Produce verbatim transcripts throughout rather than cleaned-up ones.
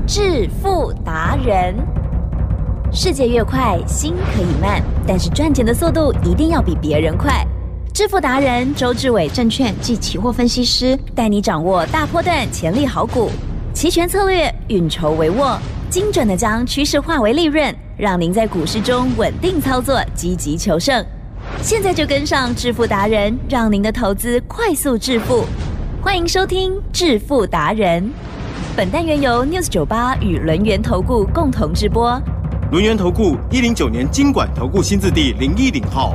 致富达人。世界越快，心可以慢，但是赚钱的速度一定要比别人快。致富达人周志伟证券及期货分析师带你掌握大波段潜力好股，期权策略运筹帷幄，精准的将趋势化为利润，让您在股市中稳定操作，积极求胜。现在就跟上致富达人，让您的投资快速致富。欢迎收听致富达人。本单元由 News 九十八与轮源投顾共同直播。 轮源投顾一零九年金管投顾新字第零一零号。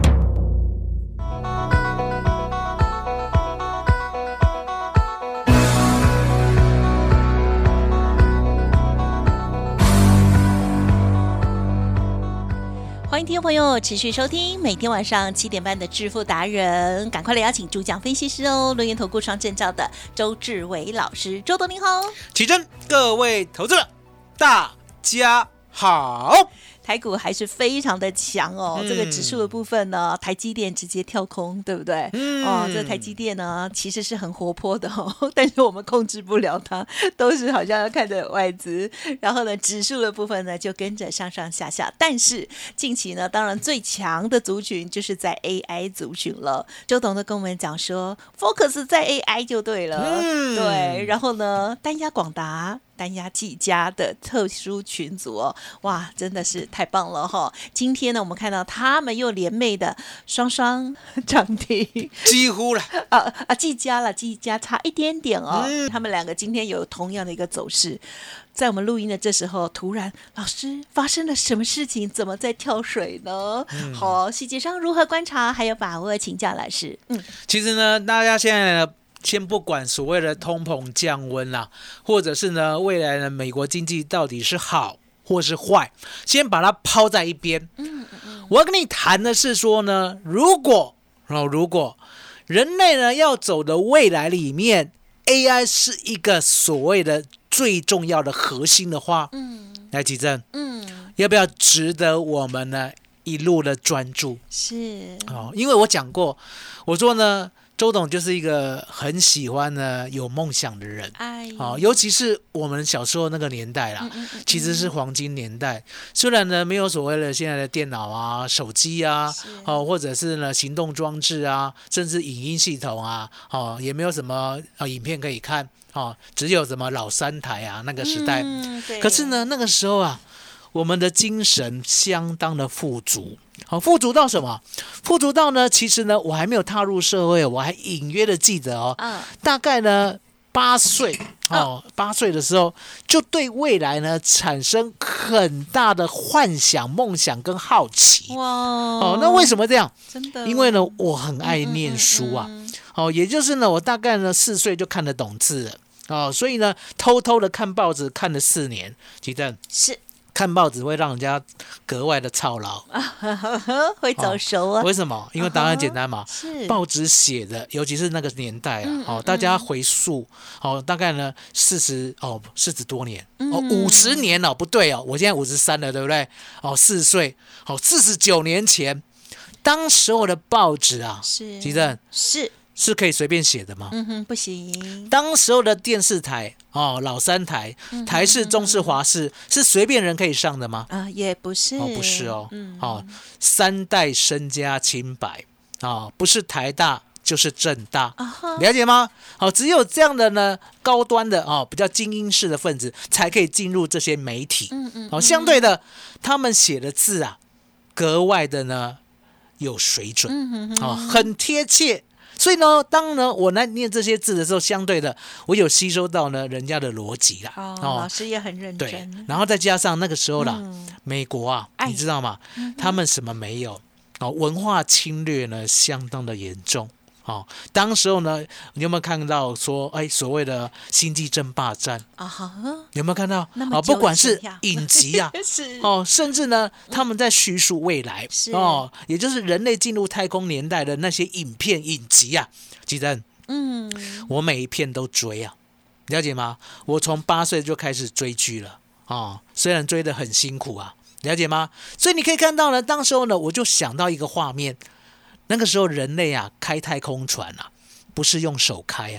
欢迎听众朋友持续收听每天晚上七点半的致富达人，赶快来邀请主讲分析师哦，轮源投顾双证照的周志伟老师，周董您好。 起真，各位投资者大家好。 台股还是非常的强哦、嗯，这个指数的部分呢，台积电直接跳空，对不对？嗯，哦，这个台积电呢，其实是很活泼的哦，但是我们控制不了它，都是好像要看着外资，然后呢，指数的部分呢就跟着上上下下。但是近期呢，当然最强的族群就是在 A I 族群了。周董都跟我们讲说 ，focus 在 A I 就对了，嗯、对。然后呢，单压广达。单压技嘉的特殊群组哦，哇，真的是太棒了哈！今天呢，我们看到他们又联袂的双双涨停， 几乎了啊啊，技嘉了，技嘉差一点点哦、嗯。他们两个今天有同样的一个走势，在我们录音的这时候，突然老师发生了什么事情？怎么在跳水呢？嗯、好，细节上如何观察还有把握，请教老师。嗯， 其实呢，大家现在呢。先不管所谓的通膨降温啦、啊，或者是呢未来的美国经济到底是好或是坏，先把它抛在一边。嗯嗯，我要跟你谈的是说呢，如果哦，如果人类呢要走的未来里面 ，A I 是一个所谓的最重要的核心的话，嗯，来吉正，嗯，要不要值得我们呢一路的专注？ 是哦，因为我讲过，我说呢。周董就是一个很喜欢呢有梦想的人，哎，哦，尤其是我们小时候那个年代啦，嗯嗯嗯其实是黄金年代。虽然呢没有所谓的现在的电脑啊、手机啊，哦，或者是呢行动装置啊，甚至影音系统啊，哦，也没有什么啊影片可以看，哦，只有什么老三台啊那个时代。嗯、可是呢那个时候啊，我们的精神相当的富足。好，富足到什么？富足到呢？其实呢，我还没有踏入社会，我还隐约的记得哦，嗯、大概呢八岁哦，八岁的时候就对未来呢产生很大的幻想、梦想跟好奇。哇！哦，那为什么这样？真的，因为呢，我很爱念书啊。嗯嗯嗯哦，也就是呢，我大概呢四岁就看得懂字了。哦，所以呢，偷偷的看报纸看了四年。吉正是。看报纸会让人家格外的操劳， 会走熟啊、 哦？为什么？因为答案简单嘛。Uh-huh, 报纸写的，尤其是那个年代啊，嗯、哦，大家回溯，哦，大概呢四十哦四十多年，哦五十年哦，不对哦，我现在五十三了，对不对？哦，四岁，哦四十九年前，当时候的报纸啊，是，吉正是。是可以随便写的吗？ 嗯哼，不行。 当时候的电视台哦，老三台、嗯、台视、中视、华视是随便人可以上的吗？ 啊，也不是。 哦，不是哦。嗯。哦，三代身家清白啊、哦，不是台大就是政大，啊、了解吗？好、哦，只有这样的呢，高端的哦，比较精英式的分子才可以进入这些媒体。嗯嗯。好、哦，相对的，他们写的字啊，格外的呢有水准，嗯哼哼哦，很贴切。所以呢，当呢我来念这些字的时候，相对的我有吸收到呢人家的逻辑啦。 哦，哦老师也很认真。 对，然后再加上那个时候啦，嗯、美国啊，你知道吗？嗯、他们什么没有？哦，文化侵略呢相当的严重。哦，当时候呢，你有没有看到说，哎，所谓的星际争霸战啊？哈，有没有看到？哦，不管是影集啊，是哦，甚至呢，他们在叙述未来哦，也就是人类进入太空年代的那些影片影集啊，记得，嗯，我每一片都追啊，了解吗？我从八岁就开始追剧了啊、哦，虽然追得很辛苦啊，了解吗？所以你可以看到呢，当时候呢，我就想到一个画面。那个时候人类啊开太空船啊，不是用手开啊，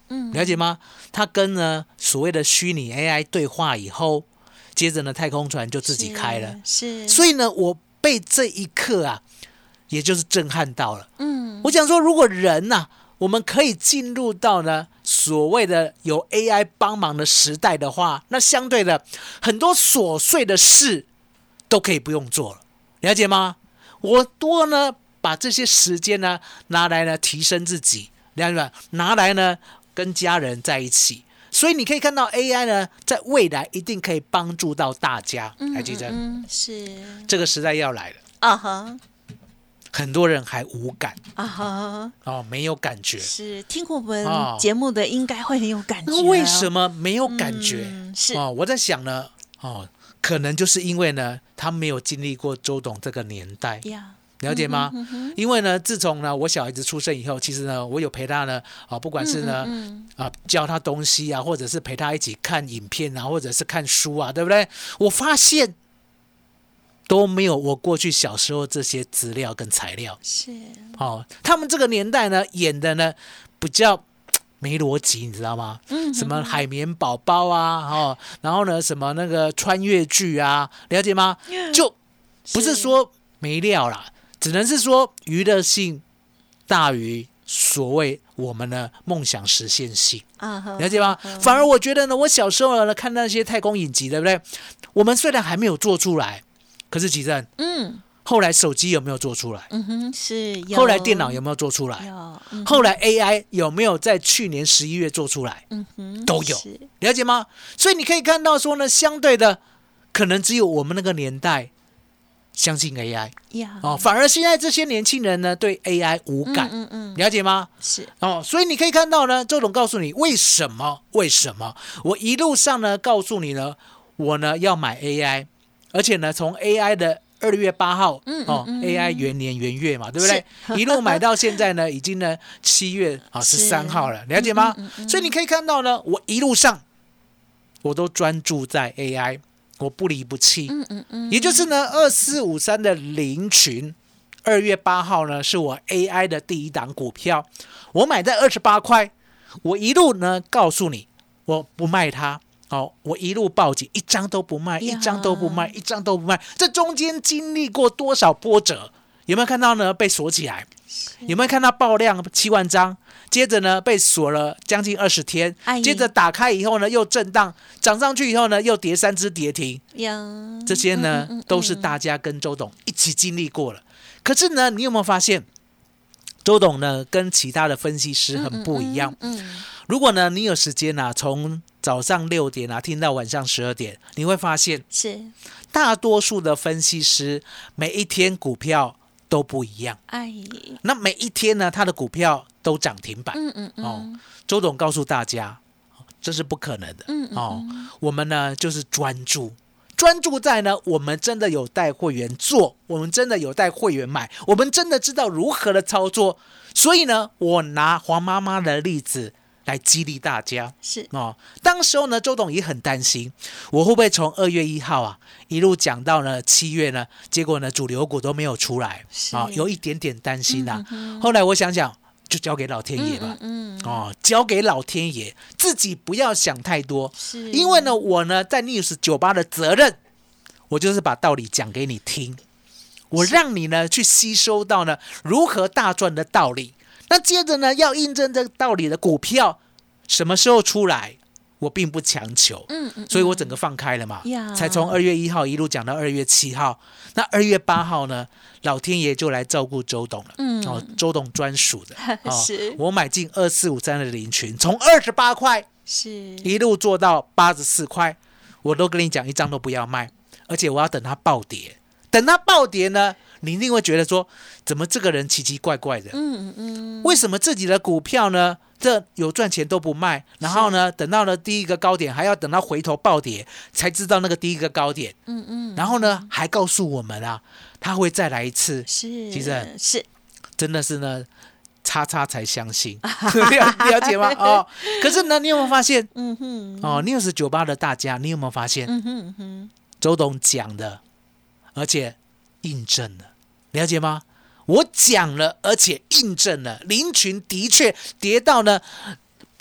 嗯，了解吗？他跟呢所谓的虚拟 A I 对话以后，接着呢太空船就自己开了， 是，是所以呢我被这一刻啊，也就是震撼到了。嗯，我想说，如果人呐、啊，我们可以进入到呢所谓的有 A I 帮忙的时代的话，那相对的很多琐碎的事都可以不用做了，了解吗？我多呢把这些时间呢拿来呢提升自己，了解吗？拿来呢跟家人在一起。所以你可以看到 A I 呢，在未来一定可以帮助到大家。还记得？ 嗯，是这个时代要来了啊哈。 很多人还无感啊哈， 哦，没有感觉。 是听我们节目的应该会很有感觉、哦。 那为什么没有感觉？ 嗯、是哦，我在想呢，哦，可能就是因为呢，他没有经历过周董这个年代。 呀。 了解吗、 嗯哼嗯哼？ 因为呢，自从呢我小孩子出生以后，其实呢，我有陪他呢，啊，不管是呢，嗯嗯啊，教他东西啊，或者是陪他一起看影片啊，或者是看书啊，对不对？我发现都没有我过去小时候这些资料跟材料。 是， 哦，他们这个年代呢，演的呢比较没逻辑，你知道吗？嗯，什么海绵宝宝啊，哦，然后呢，什么那个穿越剧啊，了解吗？就不是说没料啦。只能是说娱乐性大于所谓我们的梦想实现性，了解吗？反而我觉得呢，我小时候呢看那些太空影集，对不对？我们虽然还没有做出来，可是其实嗯，后来手机有没有做出来？ 嗯哼，是。 后来电脑有没有做出来？ 有。嗯、 后来 A I 有没有在去年十一月做出来？ 嗯哼， 都有，了解吗？所以你可以看到说呢，相对的，可能只有我们那个年代。相信 A I、yeah. 哦，反而现在这些年轻人呢对 A I 无感，嗯嗯嗯了解吗？ 是哦，所以你可以看到呢，周董告诉你为什么？为什么？我一路上呢告诉你呢，我呢要买 A I， 而且呢从 A I 的二月八号，嗯嗯嗯哦 A I 元年元月嘛，对不对？一路买到现在呢，已经呢七月啊十三号了，了解吗？嗯嗯嗯所以你可以看到呢，我一路上我都专注在 A I。我不离不弃，嗯嗯嗯，也就是呢，二四五三的林群，二月八号呢是我 A I 的第一档股票，我买在二十八块，我一路呢告诉你，我不卖它，哦，我一路报警，一张都不卖，一张都不卖，一张都不卖，这中间经历过多少波折？有没有看到呢？被锁起来，有没有看到爆量七万张？接着呢，被锁了将近二十天，接着打开以后呢，又震荡，涨上去以后呢，又跌三只跌停，这些呢、嗯嗯嗯、都是大家跟周董一起经历过了。可是呢，你有没有发现，周董呢跟其他的分析师很不一样？嗯嗯嗯、如果呢你有时间啊，从早上六点啊听到晚上十二点，你会发现是大多数的分析师每一天股票都不一样，哎，那每一天呢，他的股票都涨停板。嗯嗯嗯。哦，周董告诉大家，这是不可能的。嗯嗯嗯哦，我们呢就是专注，专注在呢，我们真的有带会员做，我们真的有带会员买，我们真的知道如何的操作。所以呢，我拿黄妈妈的例子来激励大家。 是哦，当时候呢，周董也很担心，我会不会从二月一号啊一路讲到呢七月呢，结果呢主流股都没有出来啊、哦，有一点点担心啊。嗯嗯后来我想想，就交给老天爷吧。嗯, 嗯哦，交给老天爷，自己不要想太多。是，因为呢，我呢在 News 九八的责任，我就是把道理讲给你听，我让你呢去吸收到呢如何大赚的道理。那接着呢，要印证这个道理的股票什么时候出来，我并不强求，嗯嗯，所以我整个放开了嘛，嗯、才从二月一号一路讲到二月七号。那二月八号呢，老天爷就来照顾周董了，嗯，哦，周董专属的，哦、是，我买进二四五三的林群，从二十八块是一路做到八十四块，我都跟你讲，一张都不要卖，而且我要等它暴跌，等它暴跌呢。你一定会觉得说，怎么这个人奇奇怪怪的？嗯嗯，为什么自己的股票呢，这有赚钱都不卖，然后呢，等到了第一个高点，还要等到回头暴跌才知道那个第一个高点。嗯嗯，然后呢，还告诉我们啊，他会再来一次。是，其实是真的是呢，叉叉才相信，了解吗？哦，可是呢，你有没有发现？嗯哼，哦 ，News 九八的大家，你有没有发现？嗯哼哼，周董讲的，而且。印证了，了解吗？我讲了，而且印证了，林群的确跌到呢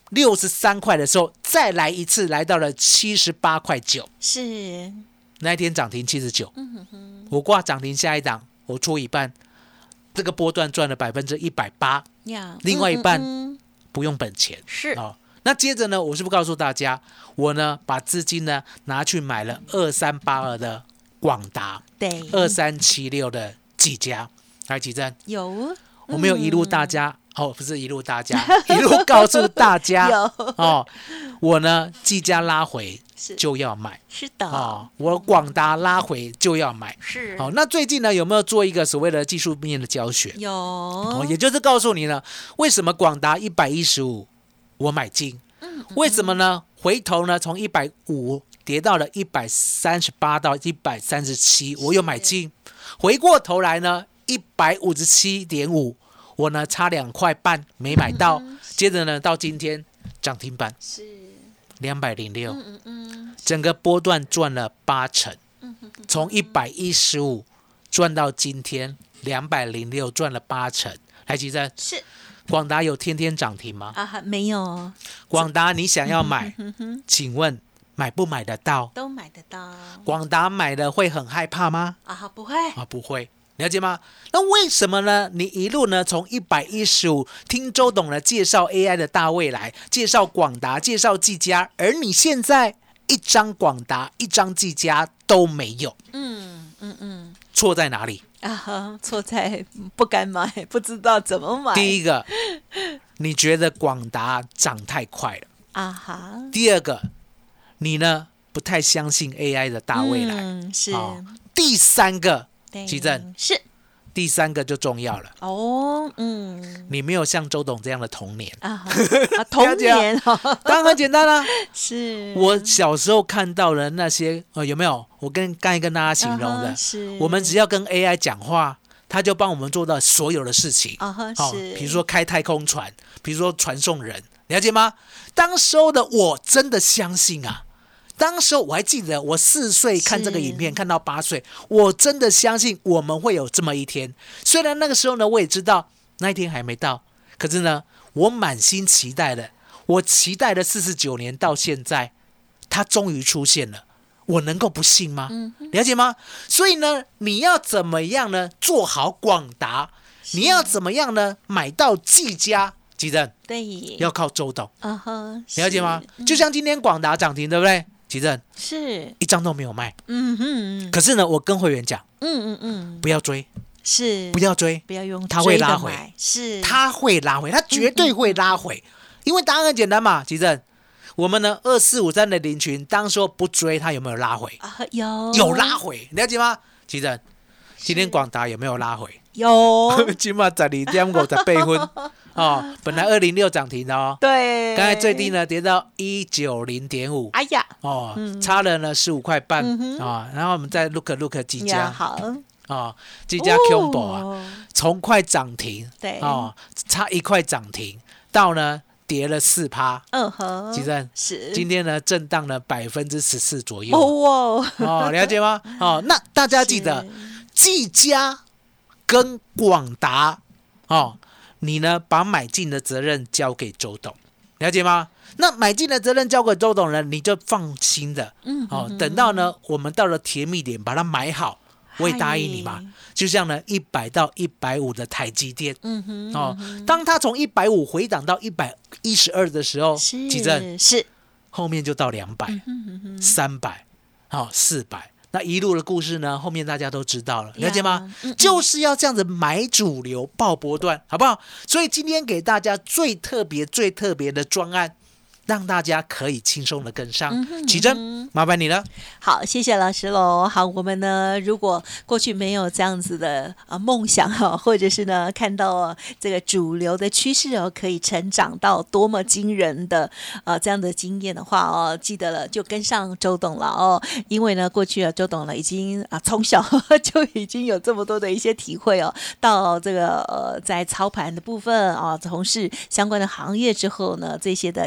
六十三块的时候，再来一次，来到了七十八块九。 是那一天涨停七十九，我挂涨停下一档，我出一半，这个波段赚了百分之一百八，另外一半、嗯嗯、不用本钱。 是哦，那接着呢，我是不是告诉大家，我呢把资金呢拿去买了二三八二的广达， 对， 二三七六的技嘉，来几针？ 有， 我没有一路大家。嗯哦，不是一路大家，一路告诉大家哦，我呢技嘉拉回就要买， 是的， 哦，我广达拉回就要买， 是。 好、哦，那最近呢有没有做一个所谓的技术面的教学？ 有， 哦，也就是告诉你呢，为什么广达一百一十五我买进，嗯嗯嗯为什么呢？回头呢从一百五跌到了一百三十八到一百三十七，我又买进，回过头来呢一百五十七点五。我呢差两块半没买到，嗯、接着呢到今天涨停板是两百零六，整个波段赚了八成，从一百一十五赚到今天两百零六，赚了八成。来，吉珍是广达有天天涨停吗？ 啊，没有。 广达你想要买，请问买不买得到？ 都买得到。 广达买了会很害怕吗？ 啊，不会啊，不会。了解吗？那为什么呢？你一路呢从一百一十五听周董呢介绍 A I 的大未来，介绍广达，介绍技嘉，而你现在一张广达、一张技嘉都没有。嗯嗯嗯，错在哪里？ 啊，错在不敢买，不知道怎么买。 第一个，你觉得广达涨太快了啊哈。第二个，你呢不太相信 A I 的大未来。嗯，是。哦、第三个。奇正是第三个就重要了哦，嗯， 你没有像周董这样的童年啊，童年当然很简单啦、啊， 是我小时候看到了那些呃，有没有？我跟刚才跟大家形容的， uh-huh, 是我们只要跟 A I 讲话，他就帮我们做到所有的事情啊，好、uh-huh, 哦，比如说开太空船，比如说传送人，了解吗？当时候的我真的相信啊。当时我还记得，我四岁看这个影片，看到八岁，我真的相信我们会有这么一天。虽然那个时候呢，我也知道那一天还没到，可是呢，我满心期待的，我期待了四十九年到现在，它终于出现了。我能够不信吗？嗯、了解吗？所以呢，你要怎么样呢？做好广达，你要怎么样呢？买到技嘉。吉正， 对， 要靠周董。 啊哈， 了解吗？嗯、就像今天广达涨停，对不对？吉正是一张都没有卖， 嗯哼。 可是呢，我跟会员讲， 嗯嗯嗯， 不要追， 是不要追， 不要用， 他会拉回， 是他会拉回，他绝对会拉回，嗯、因为答案很简单嘛，吉正，我们呢二四五三的林群，当时候不追，他有没有拉回？ 啊，有有拉回，了解吗？吉正，今天广达有没有拉回？ 有， 今嘛十二点五十八分。哦，本来二零六涨停的哦， 对， 刚才最低呢跌到一九零点五， 哎呀， 哦，嗯、差了呢十五块半啊、嗯哦，然后我们再 look look 技嘉， 好， 哦，技嘉 combo 啊，从快涨停， 对， 哦，差一块涨停到呢跌了四趴， 嗯哼， 其实是今天呢震荡了百分之十四左右， 哦哦，了解吗？哦，那大家记得技嘉跟广达，哦。你呢，把买进的责任交给周董，了解吗？那买进的责任交给周董呢，你就放心的，嗯，哦，等到呢，我们到了甜蜜点，把它买好，我也答应你嘛。就像呢，一百到一百五的台积电，嗯哼，哦，当它从一百五回档到一百一十二的时候，几阵是后面就到两百、三百，好，四百。那一路的故事呢，后面大家都知道了，了解吗？嗯嗯就是要这样子买主流爆波段，好不好？所以今天给大家最特别、最特别的专案，让大家可以轻松的跟上。奇珍，麻烦你了。 好，谢谢老师喽。好，我们呢，如果过去没有这样子的啊梦想哈，或者是呢看到、哦、这个主流的趋势哦，可以成长到多么惊人的呃这样的经验的话哦，记得了就跟上周董了哦，因为呢过去啊周董呢已经啊从小呵呵就已经有这么多的一些体会哦，到这个呃在操盘的部分啊，从事相关的行业之后呢，这些的经验跟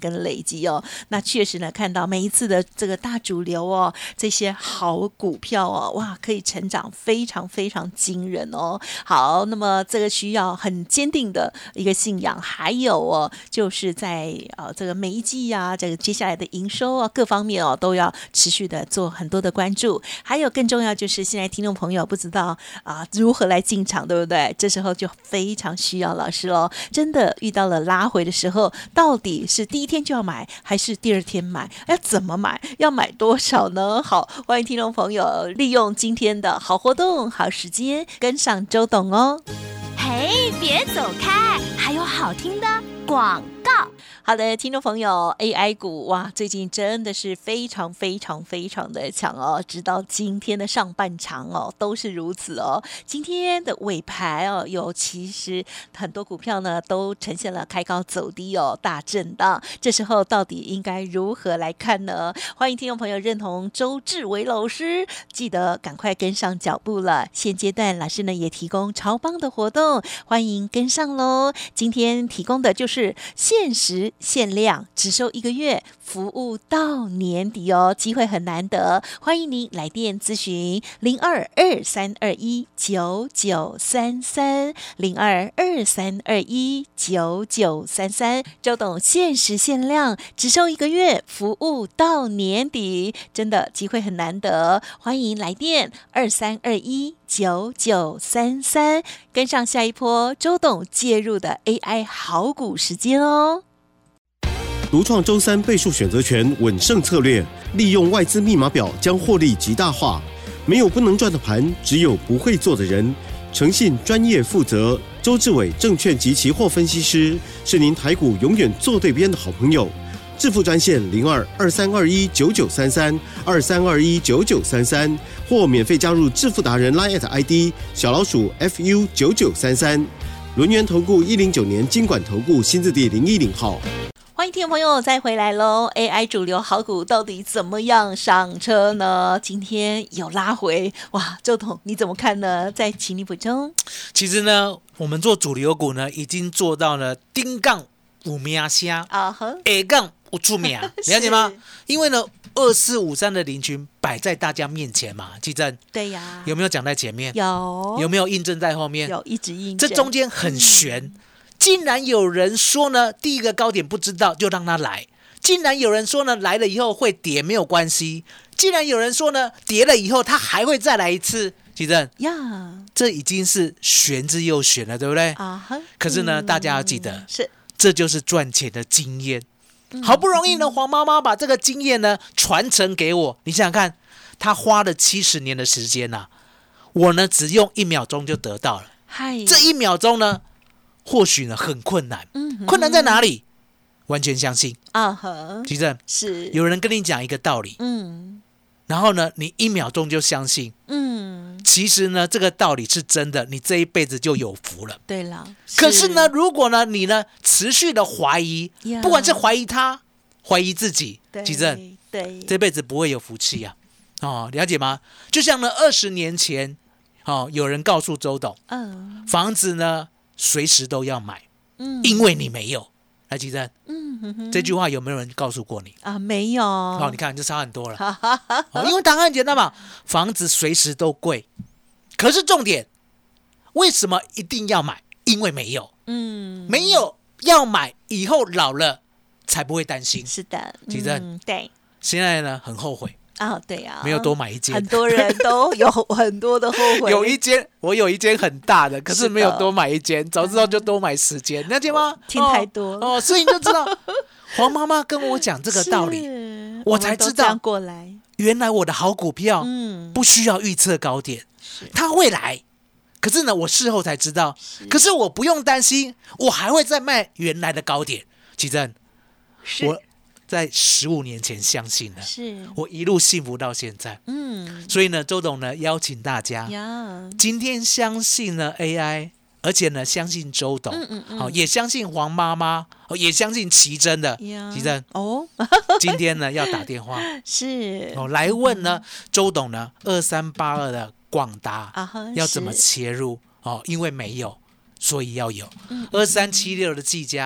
跟累积哦。那确实呢，看到每一次的这个大主流哦，这些好股票哦，哇，可以成长非常非常惊人哦。好，那么这个需要很坚定的一个信仰，还有哦，就是在呃这个每一季啊，这个接下来的营收啊各方面哦，都要持续的做很多的关注。还有更重要就是，现在听众朋友不知道啊、呃、如何来进场，对不对？这时候就非常需要老师喽。真的遇到了拉回的时候，到底是第一天就要买，还是第二天买？要怎么买？要买多少呢？好，欢迎听众朋友利用今天的好活动、好时间，跟上周董哦。 嘿，别走开，还有好听的广告。 好的，听众朋友 ，A I 股哇，最近真的是非常非常非常的强哦，直到今天的上半场哦，都是如此哦。今天的尾盘哦，有其实很多股票呢都呈现了开高走低哦，大震荡。这时候到底应该如何来看呢？欢迎听众朋友认同周志伟老师，记得赶快跟上脚步了。现阶段老师呢也提供超棒的活动，欢迎跟上喽。今天提供的就是限时限量，只收一个月，服务到年底哦，机会很难得，欢迎您来电咨询零二二三二一九九三三零二二三二一九九三三。周董限时限量，只收一个月，服务到年底，真的机会很难得，欢迎来电二三二一九九三三，跟上下一波周董介入的 A I 好股时间哦。 独创周三倍数选择权稳胜策略，利用外资密码表将获利极大化。没有不能赚的盘，只有不会做的人。诚信、专业、负责，周志伟证券及期货分析师是您台股永远做对边的好朋友。致富专线零二二三二一九九三三二三二一九九三三，或免费加入致富达人 LINE I D 小老鼠 F U 九九三三。轮源投顾一零九年金管投顾新字第零一零号。 欢迎听众朋友再回来喽 ！A I 主流好股到底怎么样上车呢？今天有拉回，哇，周董你怎么看呢？再请你补充。 其实呢，我们做主流股呢，已经做到了丁杠五名虾啊呵， A 杠五出名，了解吗？因为呢，二四五三的林群摆在大家面前嘛，季正对呀， 有没有讲在前面？ 有， 有没有印证在后面？ 有，一直印证。 这中间很悬。嗯，竟然有人说呢，第一个高点不知道就让它来；竟然有人说呢，来了以后会跌没有关系；竟然有人说呢，跌了以后它还会再来一次。奇正呀，这已经是玄之又玄了，对不对？啊哈。可是呢，嗯，大家要记得，是这就是赚钱的经验。嗯，好不容易呢，黄妈妈把这个经验呢传承给我，你想想看，她花了七十年的时间呐，啊，我呢只用一秒钟就得到了。嗨，这一秒钟呢？或许呢很困难，嗯，困难在哪里？完全相信啊哈，其实是有人跟你讲一个道理，嗯，然后呢你一秒钟就相信，嗯，其实呢这个道理是真的，你这一辈子就有福了。对了，可是呢如果呢你呢持续的怀疑，不管是怀疑他，怀疑自己，其实对这辈子不会有福气啊。哦，了解吗？就像呢二十年前，哦有人告诉周董，嗯，房子呢随时都要买，嗯，因为你没有。来，吉珍，嗯哼哼，这句话有没有人告诉过你啊？没有。 哦，你看就差很多了。哦，因为答案很简单嘛，房子随时都贵。可是重点，为什么一定要买？因为没有，嗯，没有要买，以后老了才不会担心。 是的， 吉珍， 嗯，对。 现在呢，很后悔。 啊，对啊， 没有多买一间， 很多人都有很多的后悔。 有一间，我有一间很大的，可是没有多买一间，早知道就多买十间，了解吗？ 听太多哦，哦，所以你就知道，黄妈妈跟我讲这个道理，我才知道过来， 原来我的好股票，嗯，不需要预测高点，它会来。可是呢，我事后才知道，可是我不用担心，我还会再卖原来的高点。奇珍，我在十五年前相信了，是我一路幸福到现在。嗯，所以呢，周董呢邀请大家，今天相信了 A I， 而且呢相信周董，嗯嗯嗯哦，也相信黄妈妈，哦，也相信奇珍的。奇珍哦，今天呢要打电话是哦来问呢，嗯，周董呢二三八二的广达，啊，要怎么切入哦？因为没有，所以要有。二三七六的技嘉。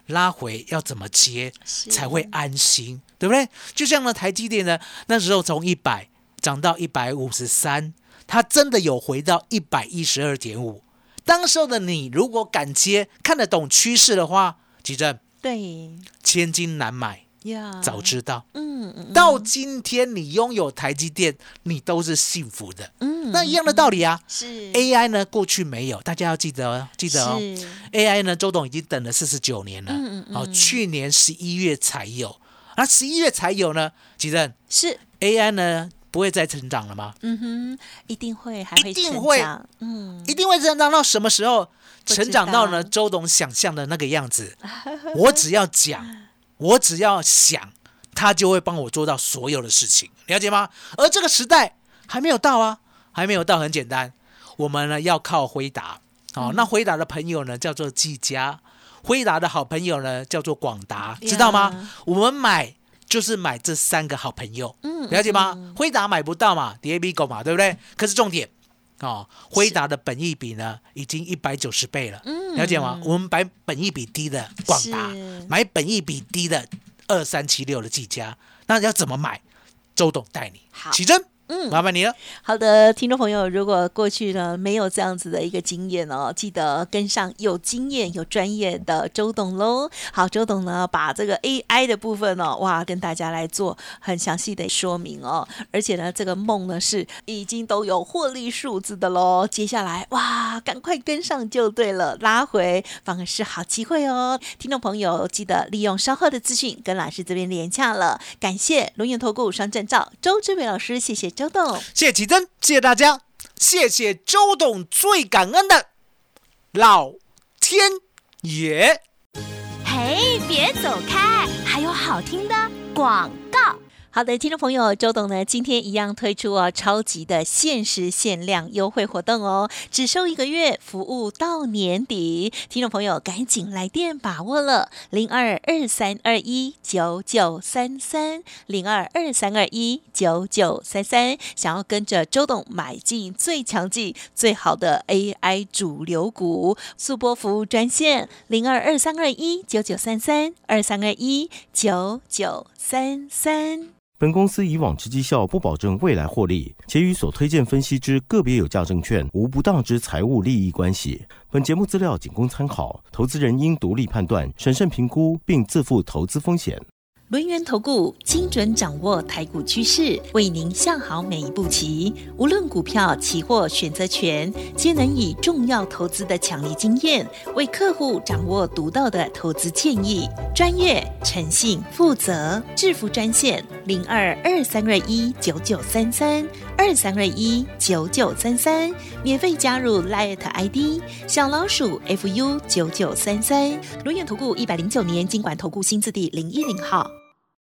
拉回要怎么接才会安心，对不对？就像呢，台积电呢，那时候从一百涨到一百五十三，它真的有回到一百一十二点五。当时候的你，如果敢接，看得懂趋势的话，吉正， 对， 千金难买。 Yeah. 早知道， 嗯嗯， 到今天你拥有台积电，你都是幸福的。 嗯， 那一样的道理啊。 是 A I 呢，过去没有，大家要记得哦，记得哦。A I 呢，周董已经等了四十九年了。嗯嗯嗯。好、哦，去年十一月才有，那十一月才有呢，吉正是 A I 呢不会再成长了吗？ 嗯哼，一定会，还会一定会， 嗯， 一定会成长到什么时候？成长到呢，周董想象的那个样子。我只要讲，我只要想。他就会帮我做到所有的事情，了解吗？而这个时代还没有到啊，还没有到，很简单，我们呢要靠辉达。好、哦，那辉达的朋友呢叫做技嘉，辉达的好朋友呢叫做广达，知道吗？我们买就是买这三个好朋友，了解吗？嗯、辉达买不到嘛 ，D A B 狗嘛，对不对？可是重点哦，辉达的本益比呢已经一百九十倍了，了解吗？我们买本益比低的广达，买本益比低的二三七六的技嘉，那要怎么买？周董带你。好，启真，嗯，麻烦你了。 好的，听众朋友，如果过去呢没有这样子的一个经验哦，记得跟上有经验、有专业的周董喽。好，周董呢把这个 A I 的部分哦，哇，跟大家来做很详细的说明哦。而且呢，这个梦呢是已经都有获利数字的喽。接下来哇，赶快跟上就对了，拉回反而是好机会哦。听众朋友，记得利用稍后的资讯跟老师这边连洽了。感谢轮源投顾双证照周志伟老师，谢谢周董， 谢谢启真，谢谢大家，谢谢周董，最感恩的老天爷。 嘿，别走开，还有好听的广告。 好的，听众朋友，周董呢今天一样推出哦超级的限时限量优惠活动哦，只收一个月，服务到年底。听众朋友赶紧来电把握了，零二二三二一九九三三零二二三二一九九三三，想要跟着周董买进最强劲、最好的 A I 主流股，速播服务专线零二二三二一九九三三二三二一九九三三。 本公司以往之绩效不保证未来获利，且与所推荐分析之个别有价证券无不当之财务利益关系。本节目资料仅供参考，投资人应独立判断、审慎评估，并自负投资风险。 轮源投顾精准掌握台股趋势，为您下好每一步棋。无论股票、期货、选择权，皆能以重要投资的强力经验，为客户掌握独到的投资建议。专业、诚信、负责，致富专线零二二三二一九九三三二三二一九九三三，免费加入 Line I D 小老鼠 F U 九九三三。轮源投顾一百零九年金管投顾新字第零一零号。